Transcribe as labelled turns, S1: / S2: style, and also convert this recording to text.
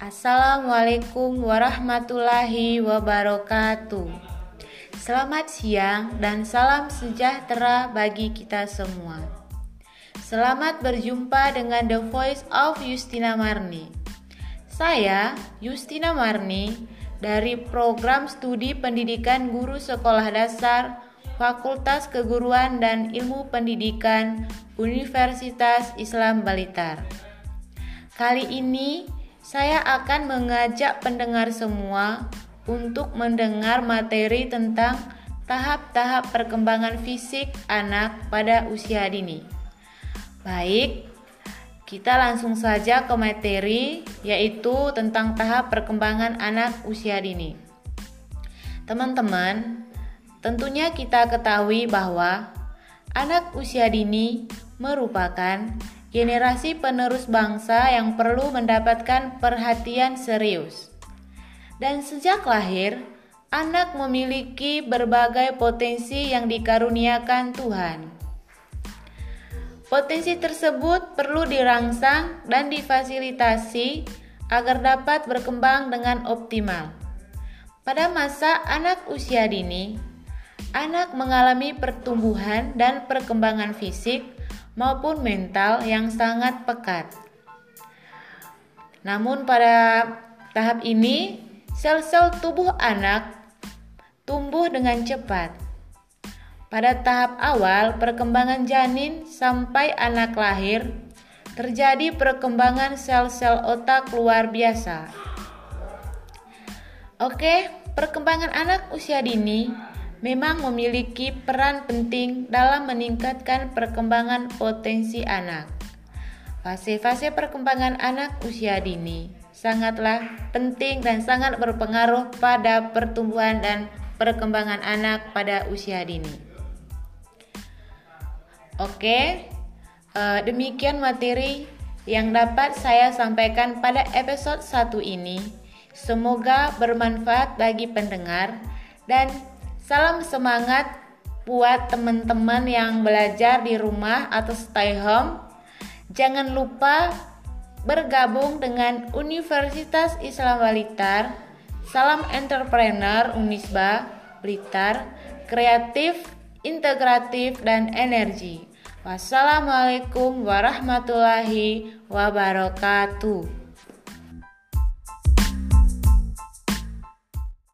S1: Assalamualaikum warahmatullahi wabarakatuh. Selamat siang dan salam sejahtera bagi kita semua. Selamat berjumpa dengan The Voice of Justina Marni. Saya Justina Marni dari Program Studi Pendidikan Guru Sekolah Dasar Fakultas Keguruan dan Ilmu Pendidikan Universitas Islam Blitar. Kali ini saya akan mengajak pendengar semua untuk mendengar materi tentang tahap-tahap perkembangan fisik anak pada usia dini. Baik, kita langsung saja ke materi, yaitu tentang tahap perkembangan anak usia dini. Teman-teman, tentunya kita ketahui bahwa anak usia dini merupakan generasi penerus bangsa yang perlu mendapatkan perhatian serius. Dan sejak lahir, anak memiliki berbagai potensi yang dikaruniakan Tuhan. Potensi tersebut perlu dirangsang dan difasilitasi agar dapat berkembang dengan optimal. Pada masa anak usia dini, anak mengalami pertumbuhan dan perkembangan fisik maupun mental yang sangat pekat. Namun pada tahap ini, sel-sel tubuh anak tumbuh dengan cepat. Pada tahap awal perkembangan janin sampai anak lahir, terjadi perkembangan sel-sel otak luar biasa. Oke, perkembangan anak usia dini memang memiliki peran penting dalam meningkatkan perkembangan potensi anak. Fase-fase perkembangan anak usia dini sangatlah penting dan sangat berpengaruh pada pertumbuhan dan perkembangan anak pada usia dini. Oke, demikian materi yang dapat saya sampaikan pada episode 1 ini. Semoga bermanfaat bagi pendengar dan salam semangat buat teman-teman yang belajar di rumah atau stay home. Jangan lupa bergabung dengan Universitas Islam Blitar. Salam entrepreneur Unisba Blitar, kreatif, integratif, dan energi. Wassalamualaikum warahmatullahi wabarakatuh.